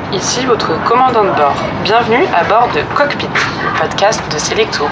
Ici votre commandant de bord. Bienvenue à bord de Cockpit, le podcast de Selectour.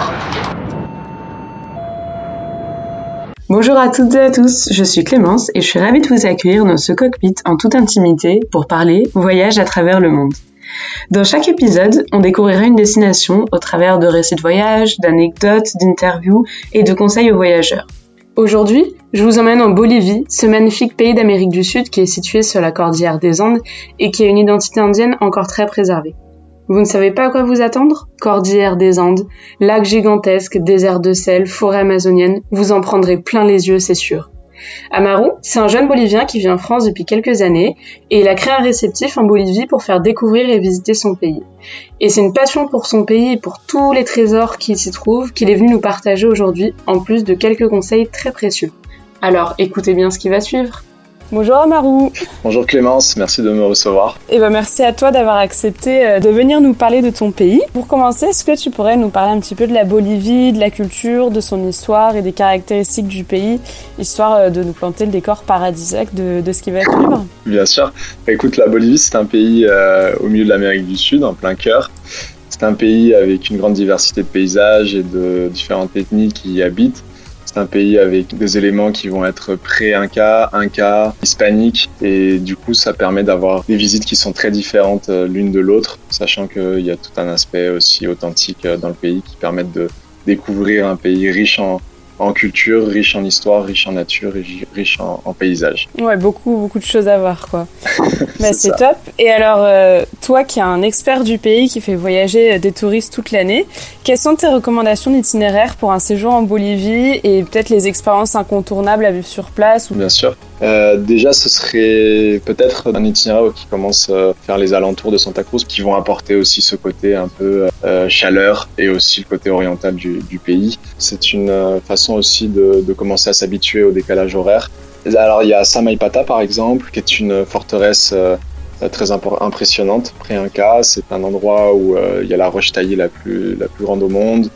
Bonjour à toutes et à tous, je suis Clémence et je suis ravie de vous accueillir dans ce cockpit en toute intimité pour parler voyage à travers le monde. Dans chaque épisode, on découvrira une destination au travers de récits de voyage, d'anecdotes, d'interviews et de conseils aux voyageurs. Aujourd'hui, je vous emmène en Bolivie, ce magnifique pays d'Amérique du Sud qui est situé sur la cordillère des Andes et qui a une identité indienne encore très préservée. Vous ne savez pas à quoi vous attendre ? Cordillère des Andes, lacs gigantesques, désert de sel, forêt amazonienne, vous en prendrez plein les yeux, c'est sûr. Amaru, c'est un jeune Bolivien qui vit en France depuis quelques années et il a créé un réceptif en Bolivie pour faire découvrir et visiter son pays. Et c'est une passion pour son pays et pour tous les trésors qui s'y trouvent qu'il est venu nous partager aujourd'hui, en plus de quelques conseils très précieux. Alors écoutez bien ce qui va suivre. Bonjour Amaru. Bonjour Clémence, merci de me recevoir. Merci à toi d'avoir accepté de venir nous parler de ton pays. Pour commencer, est-ce que tu pourrais nous parler un petit peu de la Bolivie, de la culture, de son histoire et des caractéristiques du pays, histoire de nous planter le décor paradisiaque de ce qui va suivre ? Bien sûr. Écoute, la Bolivie, c'est un pays au milieu de l'Amérique du Sud, en plein cœur. C'est un pays avec une grande diversité de paysages et de différentes ethnies qui y habitent. C'est un pays avec des éléments qui vont être pré-Inca, Inca, hispanique, et du coup ça permet d'avoir des visites qui sont très différentes l'une de l'autre, sachant qu'il y a tout un aspect aussi authentique dans le pays qui permettent de découvrir un pays riche en culture, riche en histoire, riche en nature et riche en paysages. Ouais, beaucoup de choses à voir, quoi. C'est top. Et alors, toi qui es un expert du pays, qui fait voyager des touristes toute l'année, quelles sont tes recommandations d'itinéraire pour un séjour en Bolivie et peut-être les expériences incontournables à vivre sur place ? Bien sûr. Déjà, ce serait peut-être un itinéraire qui commence à faire les alentours de Santa Cruz, qui vont apporter aussi ce côté un peu chaleur et aussi le côté oriental du pays. C'est une façon aussi de commencer à s'habituer au décalage horaire. Alors, il y a Samaipata, par exemple, qui est une forteresse très impressionnante, pré-Inca. C'est un endroit où il y a la roche taillée la plus grande au monde.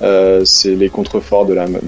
C'est les contreforts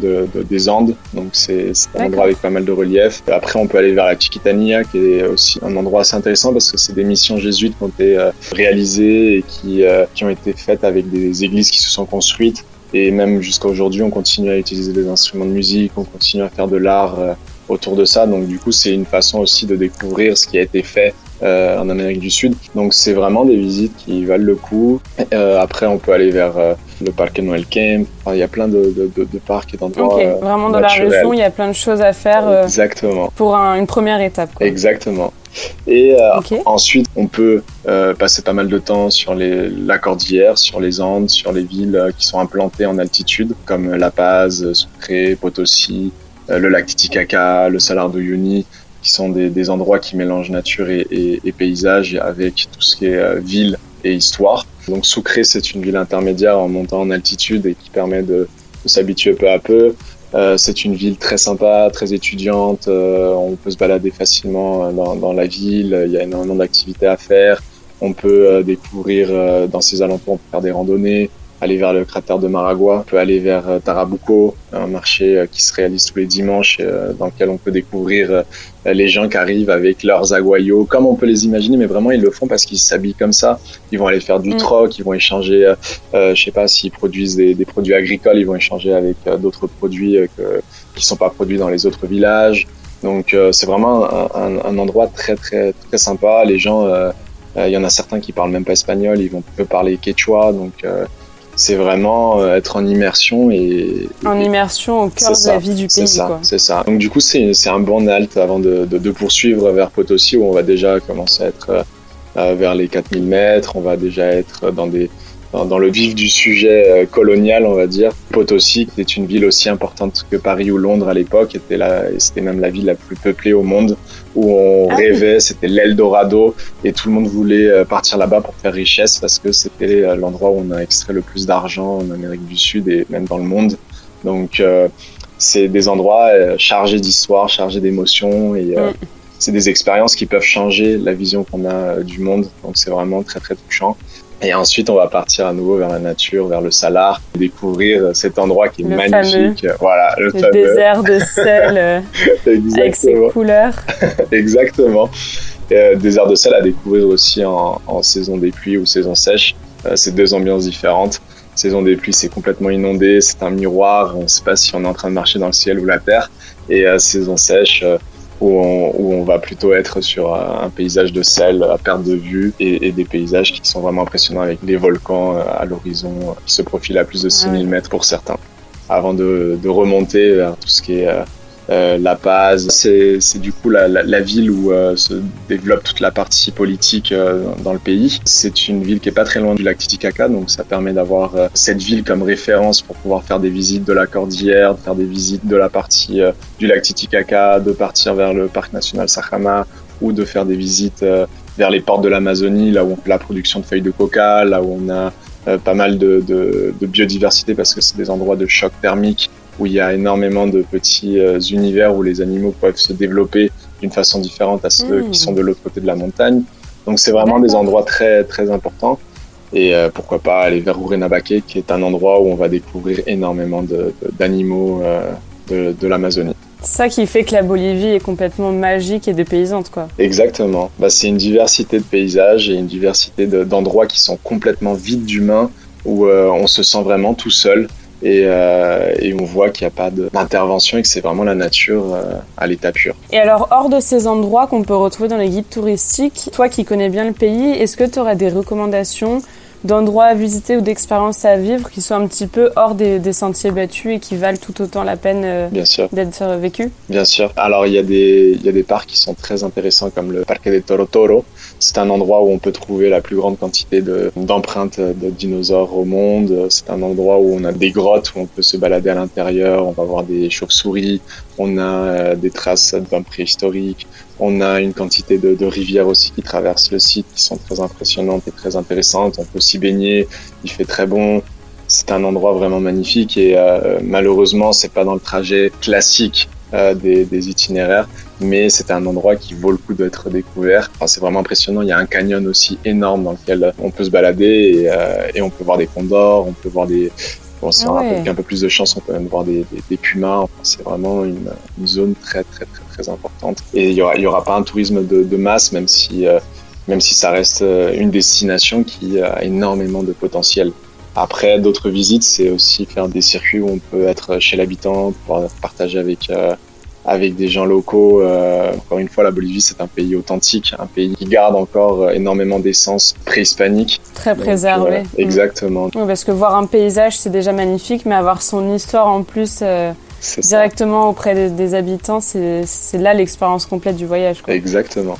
des Andes, donc c'est un endroit avec pas mal de relief. Après, on peut aller vers la Chiquitania, qui est aussi un endroit assez intéressant parce que c'est des missions jésuites qui ont été réalisées et qui ont été faites avec des églises qui se sont construites. Et même jusqu'à aujourd'hui, on continue à utiliser des instruments de musique, on continue à faire de l'art autour de ça. Donc du coup, c'est une façon aussi de découvrir ce qui a été fait en Amérique du Sud. Donc c'est vraiment des visites qui valent le coup. Après, on peut aller vers le Parque Noel Camp. Enfin, il y a plein de parcs et d'endroits vraiment dans naturels. La région, il y a plein de choses à faire exactement. Pour une première étape, quoi. Exactement. Et ensuite, on peut passer pas mal de temps sur la cordillère, sur les Andes, sur les villes qui sont implantées en altitude, comme La Paz, Sucre, Potosí, le lac Titicaca, le Salar de Uyuni, qui sont des endroits qui mélangent nature et paysage avec tout ce qui est ville et histoire. Donc Sucre, c'est une ville intermédiaire en montant en altitude et qui permet de s'habituer peu à peu. C'est une ville très sympa, très étudiante, on peut se balader facilement dans la ville, il y a énormément d'activités à faire. On peut découvrir dans ses alentours, on peut faire des randonnées, aller vers le cratère de Maragua, on peut aller vers Tarabuco, un marché qui se réalise tous les dimanches, dans lequel on peut découvrir les gens qui arrivent avec leurs aguayos, comme on peut les imaginer, mais vraiment ils le font parce qu'ils s'habillent comme ça. Ils vont aller faire du troc, ils vont échanger, je sais pas, s'ils produisent des produits agricoles, ils vont échanger avec d'autres produits qui sont pas produits dans les autres villages. Donc c'est vraiment un endroit très très très sympa. Les gens, il y en a certains qui parlent même pas espagnol, ils vont parler quechua, donc c'est vraiment être en immersion immersion au cœur de la vie du pays, quoi. C'est ça. Donc du coup, c'est un bon halt avant de poursuivre vers Potosí, où on va déjà commencer à être vers les 4000 mètres. On va déjà être dans le vif du sujet colonial, on va dire. Potosí, qui est une ville aussi importante que Paris ou Londres à l'époque, c'était même la ville la plus peuplée au monde, où on rêvait, c'était l'Eldorado, et tout le monde voulait partir là-bas pour faire richesse, parce que c'était l'endroit où on a extrait le plus d'argent en Amérique du Sud et même dans le monde. Donc c'est des endroits chargés d'histoire, chargés d'émotions, et c'est des expériences qui peuvent changer la vision qu'on a du monde, donc c'est vraiment très très touchant. Et ensuite, on va partir à nouveau vers la nature, vers le Salar, découvrir cet endroit qui est magnifique. Fameux. Voilà, le désert de sel avec ses couleurs. Exactement. Désert de sel à découvrir aussi en saison des pluies ou saison sèche. C'est deux ambiances différentes. Saison des pluies, c'est complètement inondé, c'est un miroir, on ne sait pas si on est en train de marcher dans le ciel ou la terre. Et saison sèche, où on va plutôt être sur un paysage de sel à perte de vue et des paysages qui sont vraiment impressionnants avec les volcans à l'horizon qui se profilent à plus de 6000 mètres pour certains. Avant de remonter vers tout ce qui est La Paz, c'est du coup la ville où se développe toute la partie politique dans le pays. C'est une ville qui est pas très loin du lac Titicaca, donc ça permet d'avoir cette ville comme référence pour pouvoir faire des visites de la cordillère, de faire des visites de la partie du lac Titicaca, de partir vers le parc national Sajama ou de faire des visites vers les portes de l'Amazonie, là où on fait la production de feuilles de coca, là où on a pas mal de biodiversité parce que c'est des endroits de choc thermique où il y a énormément de petits univers où les animaux peuvent se développer d'une façon différente à ceux qui sont de l'autre côté de la montagne. Donc c'est vraiment des endroits très très importants. Et pourquoi pas aller vers Urenabaque, qui est un endroit où on va découvrir énormément d'animaux de l'Amazonie. Ça qui fait que la Bolivie est complètement magique et dépaysante, quoi. Exactement. C'est une diversité de paysages et une diversité d'endroits qui sont complètement vides d'humains, où on se sent vraiment tout seul. Et on voit qu'il n'y a pas d'intervention et que c'est vraiment la nature à l'état pur. Et alors, hors de ces endroits qu'on peut retrouver dans les guides touristiques, toi qui connais bien le pays, est-ce que tu aurais des recommandations d'endroits à visiter ou d'expériences à vivre qui sont un petit peu hors des sentiers battus et qui valent tout autant la peine d'être vécus? Bien sûr. Alors, il y a des parcs qui sont très intéressants comme le Parque de Toro Toro. C'est un endroit où on peut trouver la plus grande quantité d'empreintes de dinosaures au monde. C'est un endroit où on a des grottes où on peut se balader à l'intérieur. On va voir des chauves-souris. On a des traces d'hommes préhistoriques. On a une quantité de rivières aussi qui traversent le site qui sont très impressionnantes et très intéressantes. On peut s'y baigner. Il fait très bon. C'est un endroit vraiment magnifique et malheureusement, c'est pas dans le trajet classique des itinéraires, mais c'est un endroit qui vaut le coup d'être découvert. Enfin, c'est vraiment impressionnant. Il y a un canyon aussi énorme dans lequel on peut se balader et on peut voir des condors, on peut voir des... Bon, si on a un peu plus de chance, on peut même voir des pumas. Enfin, c'est vraiment une zone très, très, très, très importante. Et il y aura pas un tourisme de masse, même si ça reste une destination qui a énormément de potentiel. Après, d'autres visites, c'est aussi faire des circuits où on peut être chez l'habitant, pouvoir partager avec des gens locaux. Encore une fois, la Bolivie, c'est un pays authentique, un pays qui garde encore énormément d'essence préhispanique. Très préservé. Exactement. Oui, parce que voir un paysage, c'est déjà magnifique, mais avoir son histoire en plus directement auprès des habitants, c'est là l'expérience complète du voyage, quoi. Exactement.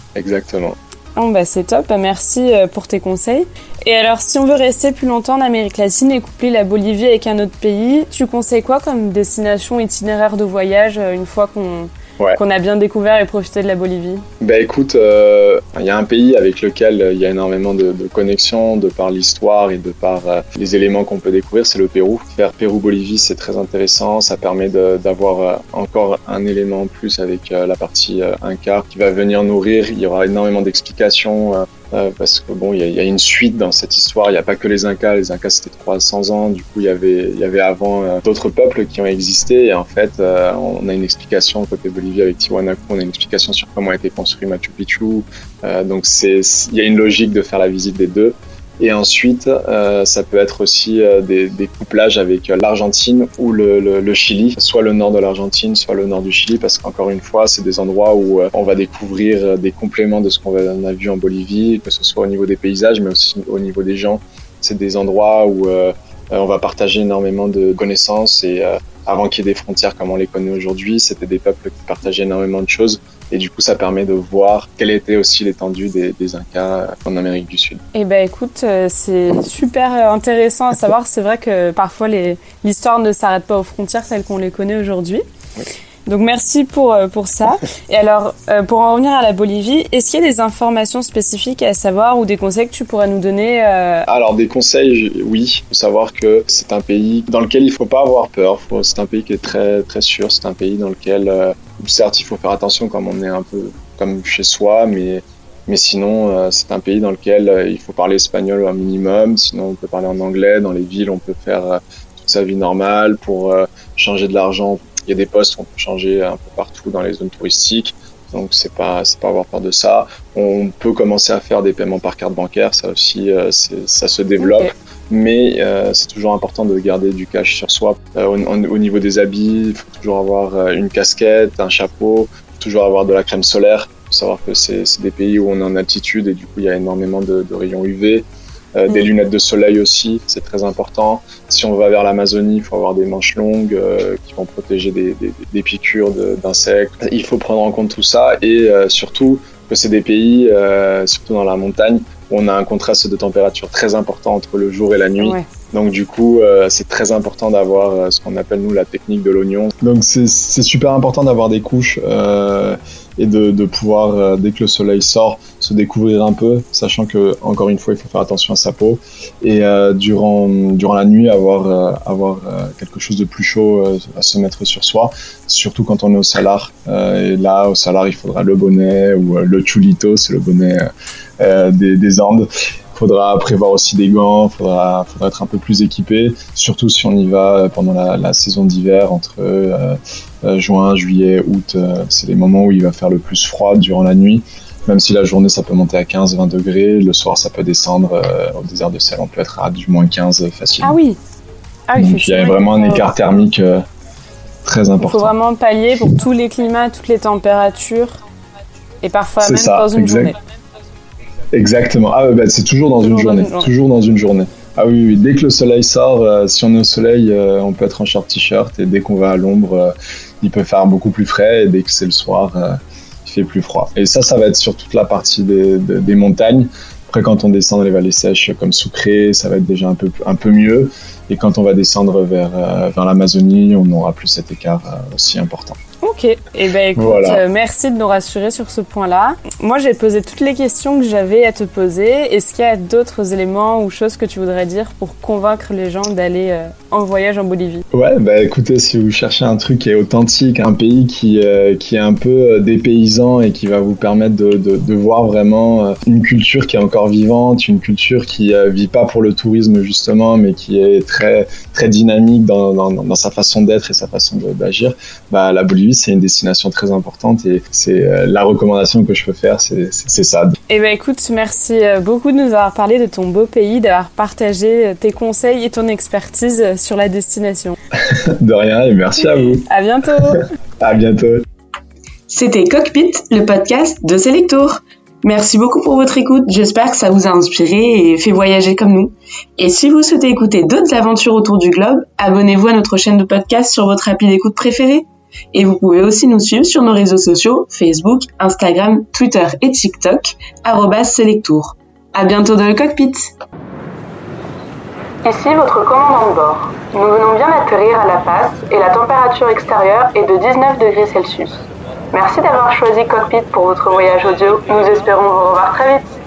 Oh, c'est top, merci pour tes conseils. Et alors, si on veut rester plus longtemps en Amérique latine et coupler la Bolivie avec un autre pays, tu conseilles quoi comme destination itinéraire de voyage une fois qu'on a bien découvert et profité de la Bolivie? Écoute, il y a un pays avec lequel il y a énormément de connexions de par l'histoire et de par les éléments qu'on peut découvrir, c'est le Pérou. Faire Pérou-Bolivie, c'est très intéressant. Ça permet d'avoir encore un élément en plus avec la partie Inca qui va venir nourrir. Il y aura énormément d'explications parce que il y a une suite dans cette histoire. Il n'y a pas que les Incas. Les Incas, c'était 300 ans. Du coup, il y avait avant d'autres peuples qui ont existé. Et en fait, on a une explication côté Bolivie avec Tiwanaku. On a une explication sur comment a été construit Machu Picchu. Donc, il y a une logique de faire la visite des deux. Et ensuite, ça peut être aussi des couplages avec l'Argentine ou le Chili, soit le nord de l'Argentine, soit le nord du Chili, parce qu'encore une fois, c'est des endroits où on va découvrir des compléments de ce qu'on a vu en Bolivie, que ce soit au niveau des paysages, mais aussi au niveau des gens. C'est des endroits où on va partager énormément de connaissances et avant qu'il y ait des frontières comme on les connaît aujourd'hui, c'était des peuples qui partageaient énormément de choses. Et du coup, ça permet de voir quelle était aussi l'étendue des Incas en Amérique du Sud. Écoute, c'est super intéressant à savoir. C'est vrai que parfois, l'histoire ne s'arrête pas aux frontières telles qu'on les connaît aujourd'hui. Oui. Donc, merci pour ça. Et alors, pour en revenir à la Bolivie, est-ce qu'il y a des informations spécifiques à savoir ou des conseils que tu pourrais nous donner Alors, des conseils, oui. Il faut savoir que c'est un pays dans lequel il ne faut pas avoir peur. C'est un pays qui est très, très sûr. C'est un pays dans lequel, certes, il faut faire attention comme on est un peu comme chez soi, mais sinon, c'est un pays dans lequel il faut parler espagnol un minimum. Sinon, on peut parler en anglais. Dans les villes, on peut faire toute sa vie normale. Pour changer de l'argent, il y a des postes qu'on peut changer un peu partout dans les zones touristiques. Donc c'est pas avoir peur de ça. On peut commencer à faire des paiements par carte bancaire, ça aussi ça se développe. Okay. Mais c'est toujours important de garder du cash sur soi. Au niveau des habits, il faut toujours avoir une casquette, un chapeau, toujours avoir de la crème solaire. Il faut savoir que c'est des pays où on est en altitude et du coup il y a énormément de rayons UV. Des lunettes de soleil aussi, c'est très important. Si on va vers l'Amazonie, il faut avoir des manches longues qui vont protéger des piqûres d'insectes. Il faut prendre en compte tout ça et surtout que c'est des pays, surtout dans la montagne, où on a un contraste de température très important entre le jour et la nuit. Ouais. Donc du coup, c'est très important d'avoir ce qu'on appelle nous la technique de l'oignon. Donc c'est super important d'avoir des couches et de pouvoir, dès que le soleil sort, se découvrir un peu, sachant que encore une fois, il faut faire attention à sa peau. Et durant la nuit, avoir quelque chose de plus chaud à se mettre sur soi, surtout quand on est au salar. Et là, au salar, il faudra le bonnet ou le chulito, c'est le bonnet des Andes. Faudra prévoir aussi des gants, faudra être un peu plus équipé, surtout si on y va pendant la saison d'hiver, entre juin, juillet, août, c'est les moments où il va faire le plus froid durant la nuit, même si la journée ça peut monter à 15-20 degrés, le soir ça peut descendre, au désert de sel on peut être à du moins 15 facilement. Ah oui. Donc il y a vraiment un écart thermique très important. Il faut vraiment pallier pour tous les climats, toutes les températures, et parfois c'est même ça, dans une journée. Exactement. Ah c'est toujours dans une journée. Toujours dans une journée. Ah oui. Dès que le soleil sort, si on est au soleil, on peut être en short t-shirt et dès qu'on va à l'ombre, il peut faire beaucoup plus frais et dès que c'est le soir, il fait plus froid. Et ça va être sur toute la partie des montagnes. Après, quand on descend dans les vallées sèches comme Sucre, ça va être déjà un peu mieux. Et quand on va descendre vers l'Amazonie, on n'aura plus cet écart aussi important. Ok, et écoute, voilà. Merci de nous rassurer sur ce point-là. Moi, j'ai posé toutes les questions que j'avais à te poser. Est-ce qu'il y a d'autres éléments ou choses que tu voudrais dire pour convaincre les gens d'aller en voyage en Bolivie ? Ouais, écoutez, si vous cherchez un truc qui est authentique, un pays qui est un peu dépaysant et qui va vous permettre de voir vraiment une culture qui est encore vivante, une culture qui vit pas pour le tourisme justement, mais qui est très très dynamique dans sa façon d'être et sa façon d'agir, la Bolivie c'est une destination très importante et c'est la recommandation que je peux faire, c'est ça. Et écoute, merci beaucoup de nous avoir parlé de ton beau pays, d'avoir partagé tes conseils et ton expertise sur la destination. De rien et merci à vous. À bientôt. À bientôt. C'était Cockpit, le podcast de Selectour. Merci beaucoup pour votre écoute, j'espère que ça vous a inspiré et fait voyager comme nous. Et si vous souhaitez écouter d'autres aventures autour du globe, abonnez-vous à notre chaîne de podcast sur votre appli d'écoute préférée. Et vous pouvez aussi nous suivre sur nos réseaux sociaux, Facebook, Instagram, Twitter et TikTok, @Selectour. À bientôt dans le cockpit. Ici votre commandant de bord. Nous venons bien d'atterrir à La Paz et la température extérieure est de 19 degrés Celsius. Merci d'avoir choisi Cockpit pour votre voyage audio. Nous espérons vous revoir très vite.